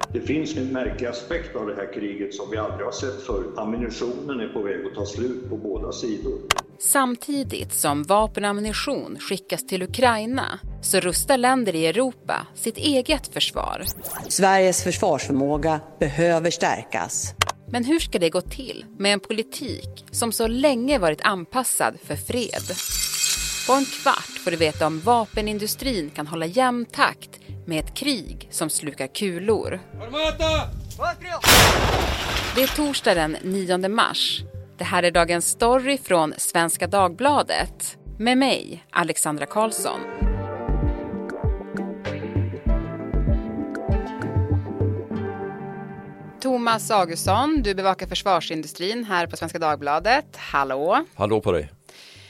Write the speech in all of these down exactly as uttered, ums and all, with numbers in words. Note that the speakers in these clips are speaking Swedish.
Det finns en märklig aspekt av det här kriget som vi aldrig har sett förut. Ammunitionen är på väg att ta slut på båda sidor. Samtidigt som vapen och ammunition skickas till Ukraina så rustar länder i Europa sitt eget försvar. Sveriges försvarsförmåga behöver stärkas. Men hur ska det gå till med en politik som så länge varit anpassad för fred? På en kvart får du veta om vapenindustrin kan hålla jämn takt med ett krig som slukar kulor. Det är torsdag den nionde mars. Det här är dagens story från Svenska Dagbladet. Med mig, Alexandra Karlsson. Thomas Augustsson, du bevakar försvarsindustrin här på Svenska Dagbladet. Hallå! Hallå på dig!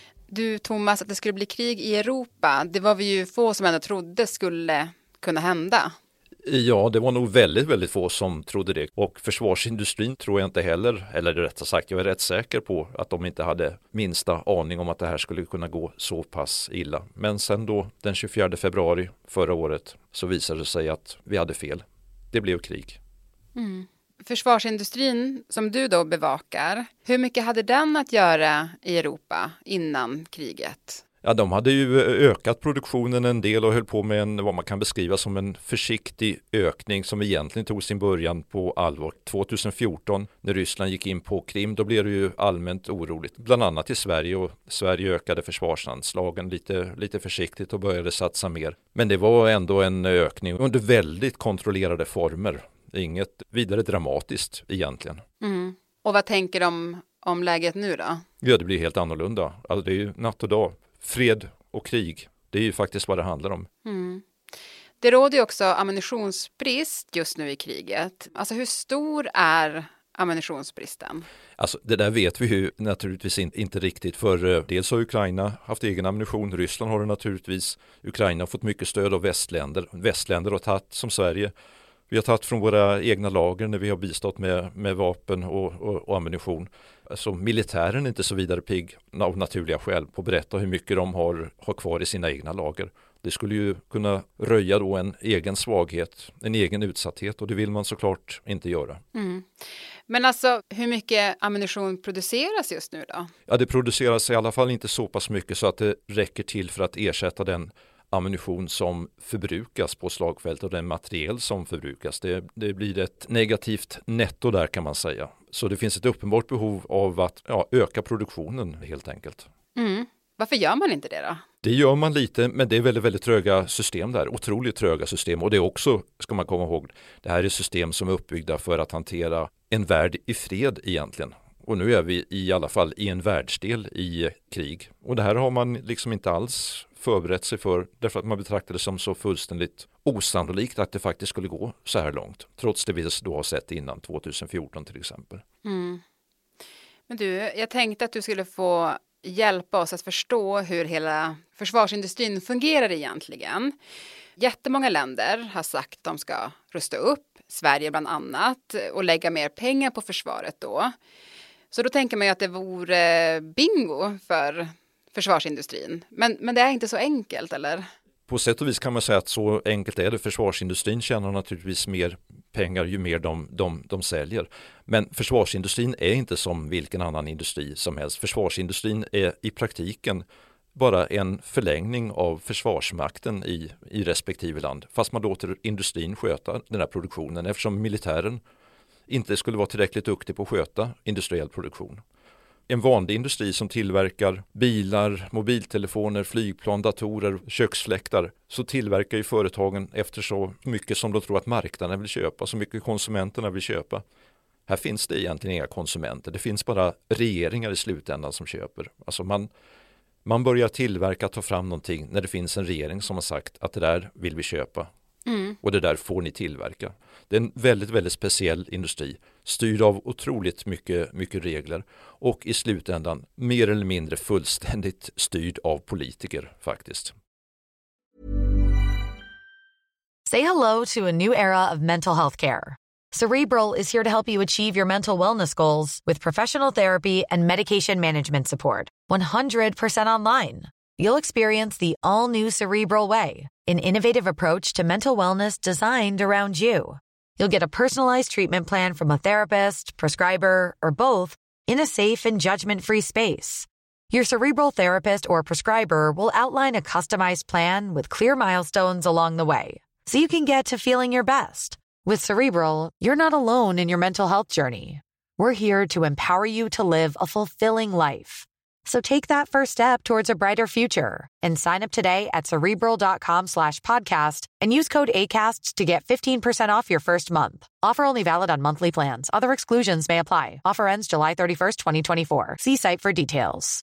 Du Thomas, att det skulle bli krig i Europa, det var vi ju få som ändå trodde skulle kunna hända. Ja, det var nog väldigt, väldigt få som trodde det. Och försvarsindustrin tror jag inte heller, eller rättare sagt, jag är rätt säker på att de inte hade minsta aning om att det här skulle kunna gå så pass illa. Men sen då, den tjugofjärde februari förra året, så visade det sig att vi hade fel. Det blev krig. Mm. Försvarsindustrin som du då bevakar, hur mycket hade den att göra i Europa innan kriget? Ja, de hade ju ökat produktionen en del och höll på med en, vad man kan beskriva som en försiktig ökning som egentligen tog sin början på allvar. tjugohundrafjorton när Ryssland gick in på Krim, då blev det ju allmänt oroligt. Bland annat i Sverige, och Sverige ökade försvarsanslagen lite, lite försiktigt och började satsa mer. Men det var ändå en ökning under väldigt kontrollerade former. Inget vidare dramatiskt egentligen. Mm. Och vad tänker de om läget nu då? Ja, det blir helt annorlunda. Alltså det är ju natt och dag. Fred och krig, det är ju faktiskt vad det handlar om. Mm. Det råder ju också ammunitionsbrist just nu i kriget. Alltså hur stor är ammunitionsbristen? Alltså det där vet vi ju naturligtvis inte riktigt, för dels har Ukraina haft egen ammunition, Ryssland har det naturligtvis. Ukraina har fått mycket stöd av västländer. Västländer har tagit som Sverige. Vi har tagit från våra egna lager när vi har bistått med, med vapen och, och, och ammunition. Alltså militären är inte så vidare pigg av naturliga skäl på att berätta hur mycket de har, har kvar i sina egna lager. Det skulle ju kunna röja då en egen svaghet, en egen utsatthet, och det vill man såklart inte göra. Mm. Men alltså hur mycket ammunition produceras just nu då? Ja, det produceras i alla fall inte så pass mycket så att det räcker till för att ersätta den ammunition som förbrukas på slagfält och den materiel som förbrukas. Det, det blir ett negativt netto där kan man säga. Så det finns ett uppenbart behov av att ja, öka produktionen helt enkelt. Mm. Varför gör man inte det då? Det gör man lite, men det är väldigt, väldigt tröga system där. Otroligt tröga system, och det är också, ska man komma ihåg, det här är system som är uppbyggda för att hantera en värld i fred egentligen. Och nu är vi i alla fall i en världsdel i krig. Och det här har man liksom inte alls förberett sig för, därför att man betraktar det som så fullständigt osannolikt att det faktiskt skulle gå så här långt. Trots det vi då har sett innan tjugohundrafjorton till exempel. Mm. Men du, jag tänkte att du skulle få hjälpa oss att förstå hur hela försvarsindustrin fungerar egentligen. Jättemånga länder har sagt att de ska rusta upp, Sverige bland annat, och lägga mer pengar på försvaret då. Så då tänker man ju att det vore bingo för försvarsindustrin. Men, men det är inte så enkelt, eller? På sätt och vis kan man säga att så enkelt är det. Försvarsindustrin tjänar naturligtvis mer pengar ju mer de, de, de säljer. Men försvarsindustrin är inte som vilken annan industri som helst. Försvarsindustrin är i praktiken bara en förlängning av försvarsmakten i, i respektive land. Fast man låter industrin sköta den här produktionen, eftersom militären inte skulle vara tillräckligt duktig på att sköta industriell produktion. En vanlig industri som tillverkar bilar, mobiltelefoner, flygplan, datorer, köksfläktar, så tillverkar ju företagen efter så mycket som de tror att marknaden vill köpa, så mycket konsumenterna vill köpa. Här finns det egentligen inga konsumenter, det finns bara regeringar i slutändan som köper. Alltså man, man börjar tillverka, ta fram någonting när det finns en regering som har sagt att det där vill vi köpa. Mm. Och det där får ni tillverka. Det är en väldigt, väldigt speciell industri, styrd av otroligt mycket, mycket regler och i slutändan mer eller mindre fullständigt styrd av politiker faktiskt. Say hello to a new era of mental health care. Cerebral is here to help you achieve your mental wellness goals with professional therapy and medication management support. one hundred percent online. You'll experience the all-new Cerebral way, an innovative approach to mental wellness designed around you. You'll get a personalized treatment plan from a therapist, prescriber, or both in a safe and judgment-free space. Your Cerebral therapist or prescriber will outline a customized plan with clear milestones along the way, so you can get to feeling your best. With Cerebral, you're not alone in your mental health journey. We're here to empower you to live a fulfilling life. So take that first step towards a brighter future and sign up today at Cerebral.com slash podcast and use code ACAST to get fifteen percent off your first month. Offer only valid on monthly plans. Other exclusions may apply. Offer ends July thirty-first, twenty twenty-four. See site for details.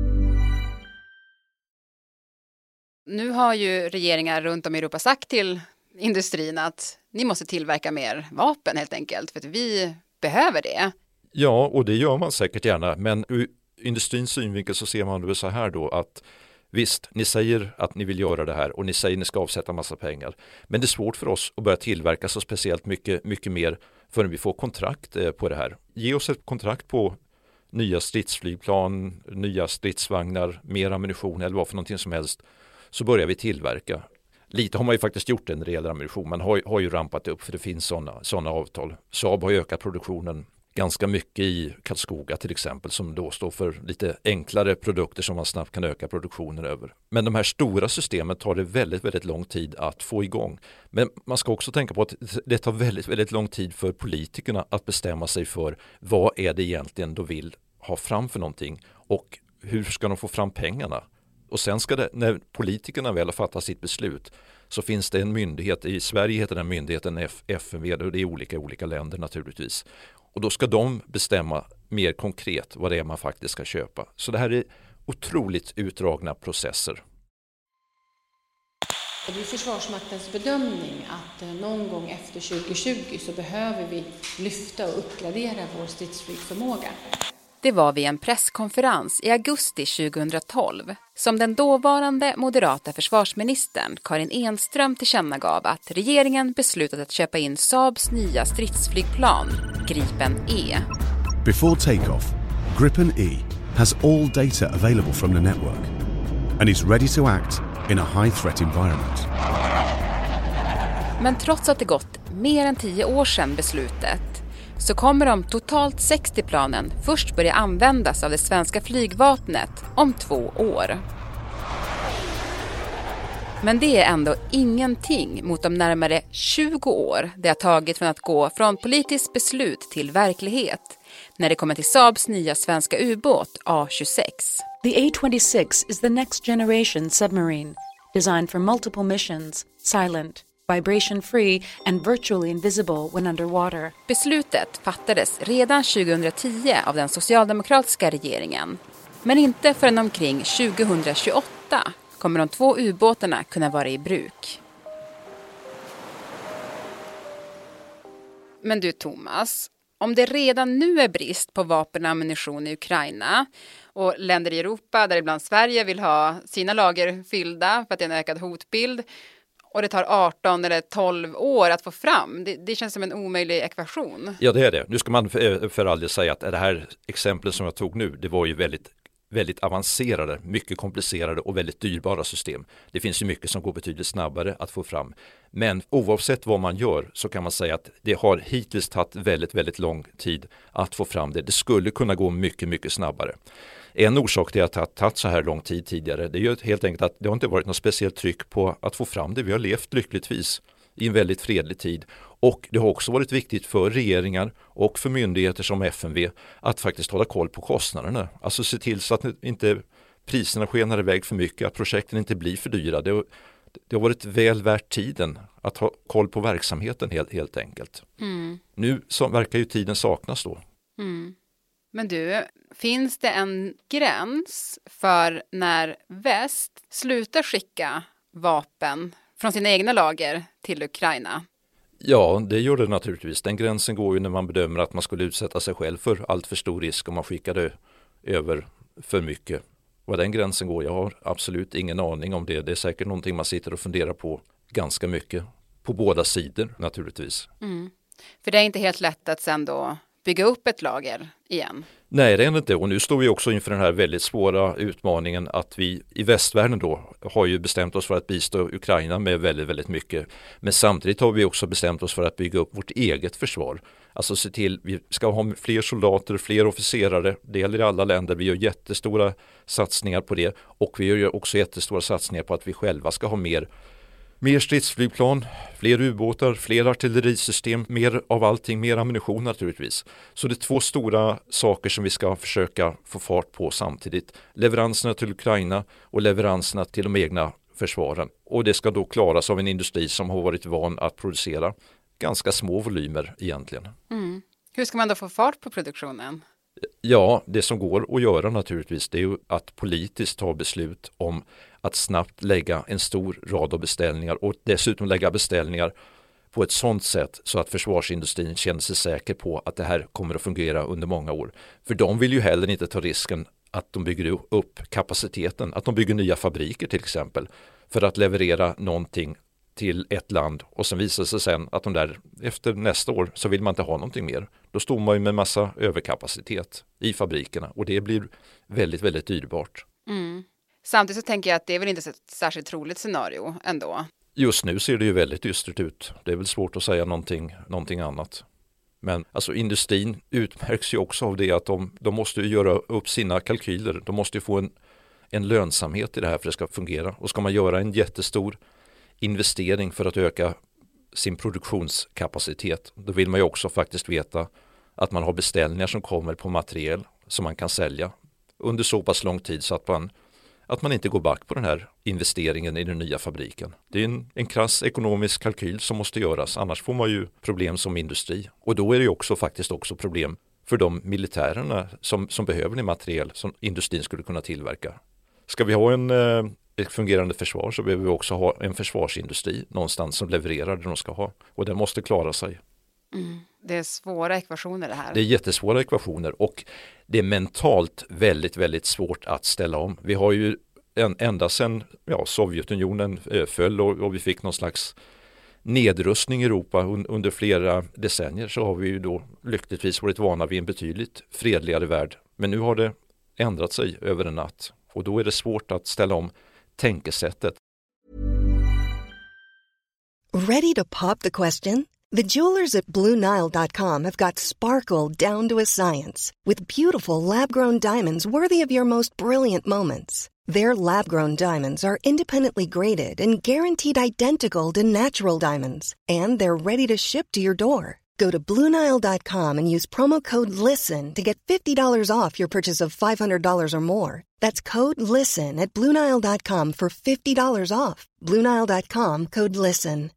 Nu har ju regeringar runt om i Europa sagt till industrin att ni måste tillverka mer vapen helt enkelt för att vi behöver det. Ja, och det gör man säkert gärna, men ur industrins synvinkel så ser man det så här då att visst, ni säger att ni vill göra det här och ni säger att ni ska avsätta massa pengar, men det är svårt för oss att börja tillverka så speciellt mycket, mycket mer förrän vi får kontrakt på det här. Ge oss ett kontrakt på nya stridsflygplan, nya stridsvagnar, mer ammunition eller vad för någonting som helst, så börjar vi tillverka. Lite har man ju faktiskt gjort det när det gäller ammunition. Man har, har ju rampat upp för det finns sådana sådana avtal. Saab har ökat produktionen ganska mycket i Karlskoga till exempel som då står för lite enklare produkter som man snabbt kan öka produktionen över. Men de här stora systemen tar det väldigt, väldigt lång tid att få igång. Men man ska också tänka på att det tar väldigt, väldigt lång tid för politikerna att bestämma sig för vad är det egentligen de vill ha fram för någonting och hur ska de få fram pengarna. Och sen ska det, när politikerna väl har fattat sitt beslut så finns det en myndighet, i Sverige heter den myndigheten F- F M V och det är olika olika länder naturligtvis. Och då ska de bestämma mer konkret vad det är man faktiskt ska köpa. Så det här är otroligt utdragna processer. Det är Försvarsmaktens bedömning att någon gång efter tjugo tjugo så behöver vi lyfta och uppgradera vår stridsflygförmåga. Det var vid en presskonferens i augusti tjugohundratolv som den dåvarande moderata försvarsministern Karin Enström tillkännagav att regeringen beslutat att köpa in Saabs nya stridsflygplan, Gripen E. Before takeoff, Gripen E has all data available from the network and is ready to act in a high-threat environment. Men trots att det gått mer än tio år sedan beslutet så kommer de totalt sextio planen först börja användas av det svenska flygvapnet om två år. Men det är ändå ingenting mot de närmare tjugo år det har tagit från att gå från politiskt beslut till verklighet när det kommer till Saabs nya svenska ubåt A tjugosex. The A twenty-six is the next generation submarine, designed for multiple missions, silent, vibration-free and virtually invisible when underwater. Beslutet fattades redan tjugohundratio av den socialdemokratiska regeringen. Men inte förrän omkring tjugohundratjugoåtta kommer de två ubåtarna kunna vara i bruk. Men du Thomas, om det redan nu är brist på vapen och ammunition i Ukraina och länder i Europa där ibland Sverige vill ha sina lager fyllda för att det är en ökad hotbild och det tar arton eller tolv år att få fram. Det, det känns som en omöjlig ekvation. Ja, det är det. Nu ska man för, för aldrig säga att det här exemplet som jag tog nu, det var ju väldigt, väldigt avancerade, mycket komplicerade och väldigt dyrbara system. Det finns ju mycket som går betydligt snabbare att få fram. Men oavsett vad man gör så kan man säga att det har hittills tagit väldigt, väldigt lång tid att få fram det. Det skulle kunna gå mycket, mycket snabbare. En orsak till att det har tagit så här lång tid tidigare, det är ju helt enkelt att det har inte varit något speciellt tryck på att få fram det. Vi har levt lyckligtvis i en väldigt fredlig tid. Och det har också varit viktigt för regeringar och för myndigheter som F M V att faktiskt hålla koll på kostnaderna. Alltså se till så att inte priserna skenar iväg för mycket, att projekten inte blir för dyra. Det, det har varit väl värt tiden att ha koll på verksamheten helt, helt enkelt. Mm. Nu så verkar ju tiden saknas då. Mm. Men du, finns det en gräns för när väst slutar skicka vapen från sina egna lager till Ukraina? Ja, det gör det naturligtvis. Den gränsen går ju när man bedömer att man skulle utsätta sig själv för allt för stor risk om man skickade över för mycket. Vad den gränsen går, jag har absolut ingen aning om det. Det är säkert någonting man sitter och funderar på ganska mycket. På båda sidor naturligtvis. Mm. För det är inte helt lätt att sen då bygga upp ett lager igen. Nej, det är det inte. Och nu står vi också inför den här väldigt svåra utmaningen att vi i västvärlden då har ju bestämt oss för att bistå Ukraina med väldigt, väldigt mycket. Men samtidigt har vi också bestämt oss för att bygga upp vårt eget försvar. Alltså se till, vi ska ha fler soldater, fler officerare. Det gäller i alla länder. Vi gör jättestora satsningar på det. Och vi gör också jättestora satsningar på att vi själva ska ha mer Mer stridsflygplan, fler ubåtar, fler artillerisystem, mer av allting, mer ammunition naturligtvis. Så det är två stora saker som vi ska försöka få fart på samtidigt. Leveranserna till Ukraina och leveranserna till de egna försvaren. Och det ska då klaras av en industri som har varit van att producera ganska små volymer egentligen. Mm. Hur ska man då få fart på produktionen? Ja, det som går att göra naturligtvis det är ju att politiskt ta beslut om att snabbt lägga en stor rad av beställningar och dessutom lägga beställningar på ett sådant sätt så att försvarsindustrin känner sig säker på att det här kommer att fungera under många år. För de vill ju heller inte ta risken att de bygger upp kapaciteten, att de bygger nya fabriker till exempel för att leverera någonting till ett land och sen visar sig sen att de där efter nästa år så vill man inte ha någonting mer. Då står man ju med massa överkapacitet i fabrikerna och det blir väldigt, väldigt dyrbart. Mm. Samtidigt så tänker jag att det är väl inte ett särskilt troligt scenario ändå. Just nu ser det ju väldigt dystert ut. Det är väl svårt att säga någonting, någonting annat. Men alltså industrin utmärks ju också av det att de, de måste ju göra upp sina kalkyler. De måste ju få en, en lönsamhet i det här för att det ska fungera. Och ska man göra en jättestor investering för att öka sin produktionskapacitet, då vill man ju också faktiskt veta att man har beställningar som kommer på materiel som man kan sälja under så pass lång tid så att man, att man inte går back på den här investeringen i den nya fabriken. Det är en, en krass ekonomisk kalkyl som måste göras, annars får man ju problem som industri. Och då är det ju också faktiskt också problem för de militärerna som, som behöver den materiel som industrin skulle kunna tillverka. Ska vi ha en eh, ett fungerande försvar så behöver vi också ha en försvarsindustri någonstans som levererar det de ska ha. Och den måste klara sig. Mm. Det är svåra ekvationer det här. Det är jättesvåra ekvationer och det är mentalt väldigt, väldigt svårt att ställa om. Vi har ju en, ända sedan ja, Sovjetunionen föll och, och vi fick någon slags nedrustning i Europa un, under flera decennier så har vi ju då lyckligtvis varit vana vid en betydligt fredligare värld. Men nu har det ändrat sig över en natt och då är det svårt att ställa om tänkesättet. Ready to pop the question? The jewelers at Blue Nile dot com have got sparkle down to a science with beautiful lab-grown diamonds worthy of your most brilliant moments. Their lab-grown diamonds are independently graded and guaranteed identical to natural diamonds, and they're ready to ship to your door. Go to Blue Nile dot com and use promo code LISTEN to get fifty dollars off your purchase of five hundred dollars or more. That's code LISTEN at Blue Nile dot com for fifty dollars off. Blue Nile dot com, code LISTEN.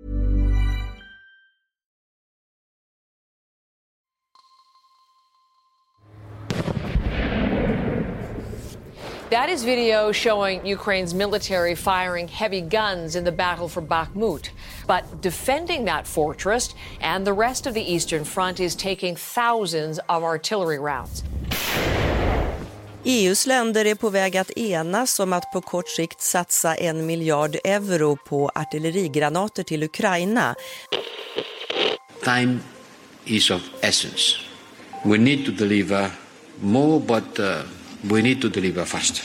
That is video showing Ukraine's military firing heavy guns in the battle for Bakhmut. But defending that fortress and the rest of the Eastern Front is taking thousands of artillery rounds. E U:s länder är på väg att enas om att på kort sikt satsa en miljard euro på artillerigranater till Ukraina. Time is of essence. We need to deliver more, but uh, we need to deliver faster.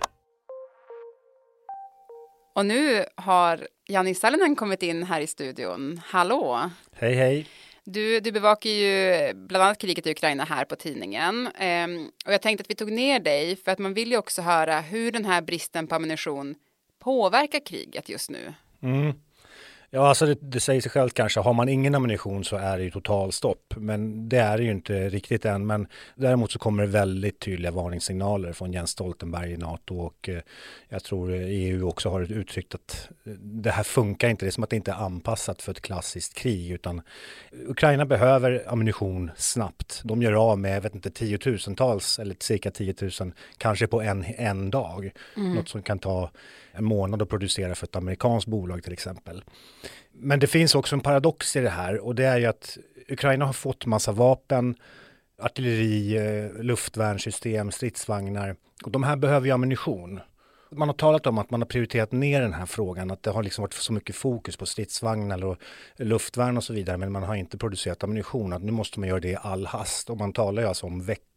Och nu har Janni Salonen kommit in här i studion. Hallå! Hej, hej! Du, du bevakar ju bland annat kriget i Ukraina här på tidningen. Ehm, och jag tänkte att vi tog ner dig för att man vill ju också höra hur den här bristen på ammunition påverkar kriget just nu. Mm. Ja, alltså det, det säger sig självt kanske. Har man ingen ammunition så är det ju totalstopp. Men det är det ju inte riktigt än. Men däremot så kommer det väldigt tydliga varningssignaler från Jens Stoltenberg i NATO. Och eh, jag tror E U också har uttryckt att det här funkar inte. Det är som att det inte är anpassat för ett klassiskt krig. Utan Ukraina behöver ammunition snabbt. De gör av med, jag vet inte, tiotusentals eller cirka tio tusen. Kanske på en, en dag. Mm. Något som kan ta en månad att producera för ett amerikanskt bolag till exempel. Men det finns också en paradox i det här och det är ju att Ukraina har fått massa vapen, artilleri, luftvärnssystem, stridsvagnar och de här behöver ju ammunition. Man har talat om att man har prioriterat ner den här frågan, att det har liksom varit så mycket fokus på stridsvagnar och luftvärn och så vidare, men man har inte producerat ammunition, att nu måste man göra det i all hast och man talar ju alltså om veckor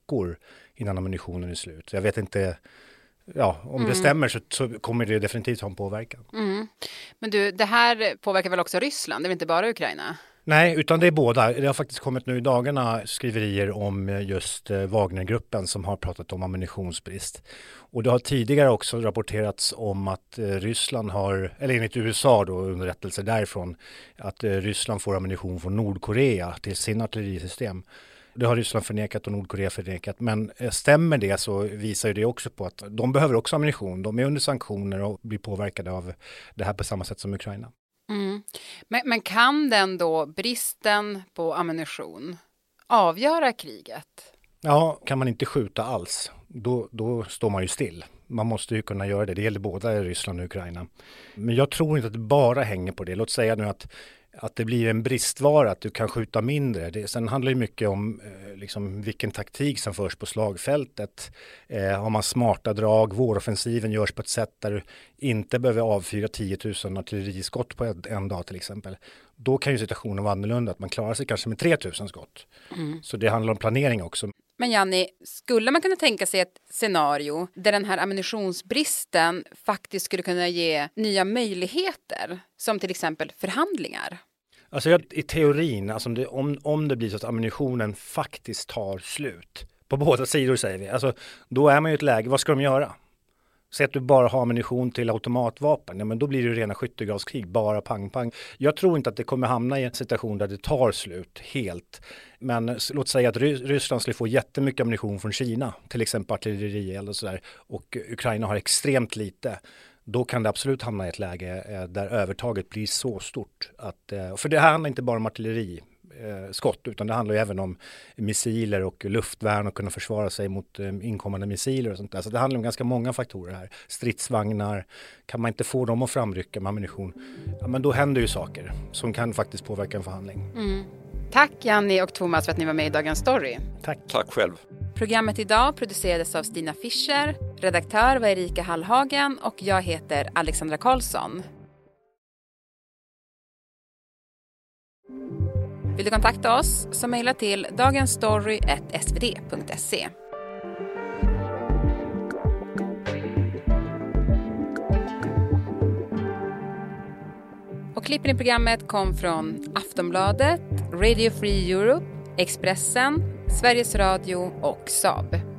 veckor innan ammunitionen är slut. Så jag vet inte, ja, om Mm. det stämmer så, så kommer det definitivt ha en påverkan. Mm. Men du, det här påverkar väl också Ryssland, det är väl inte bara Ukraina? Nej, utan det är båda. Det har faktiskt kommit nu i dagarna skriverier om just Wagnergruppen som har pratat om ammunitionsbrist. Och det har tidigare också rapporterats om att Ryssland har, eller enligt U S A då, underrättelser därifrån, att Ryssland får ammunition från Nordkorea till sin artillerisystem. Det har Ryssland förnekat och Nordkorea förnekat. Men stämmer det så visar det också på att de behöver också ammunition. De är under sanktioner och blir påverkade av det här på samma sätt som Ukraina. Mm. Men, men kan den då, bristen på ammunition, avgöra kriget? Ja, kan man inte skjuta alls, då, då står man ju still. Man måste ju kunna göra det. Det gäller både Ryssland och Ukraina. Men jag tror inte att det bara hänger på det. Låt säga nu att, att det blir en bristvara, att du kan skjuta mindre. Det, sen handlar det mycket om eh, liksom, vilken taktik som förs på slagfältet. Eh, har man smarta drag, våroffensiven görs på ett sätt där du inte behöver avfyra tio tusen artilleriskott på en, en dag till exempel. Då kan ju situationen vara annorlunda, att man klarar sig kanske med tre tusen skott. Mm. Så det handlar om planering också. Men Janni, skulle man kunna tänka sig ett scenario där den här ammunitionsbristen faktiskt skulle kunna ge nya möjligheter, som till exempel förhandlingar? Alltså jag, i teorin, alltså det, om, om det blir så att ammunitionen faktiskt tar slut, på båda sidor säger vi, alltså, då är man ju i ett läge, vad ska de göra? Säg att du bara har ammunition till automatvapen, ja, men då blir det ju rena skyttegravskrig, bara pang-pang. Jag tror inte att det kommer hamna i en situation där det tar slut helt. Men låt säga att Ryssland skulle få jättemycket ammunition från Kina, till exempel artilleri eller sådär, och Ukraina har extremt lite. Då kan det absolut hamna i ett läge där övertaget blir så stort. Att, för det här handlar inte bara om artilleri. skott, utan det handlar ju även om missiler och luftvärn och kunna försvara sig mot inkommande missiler och sånt där. Så det handlar om ganska många faktorer här. Stridsvagnar, kan man inte få dem att framrycka med ammunition, ja, men då händer ju saker som kan faktiskt påverka en förhandling. Mm. Tack Janni och Thomas för att ni var med i Dagens Story. Tack. Tack själv. Programmet idag producerades av Stina Fischer, redaktör var Erika Hallhagen och jag heter Alexandra Karlsson. Vill du kontakta oss så mejla till dagensstory at s v d punkt se. Och klippen i programmet kom från Aftonbladet, Radio Free Europe, Expressen, Sveriges Radio och Saab.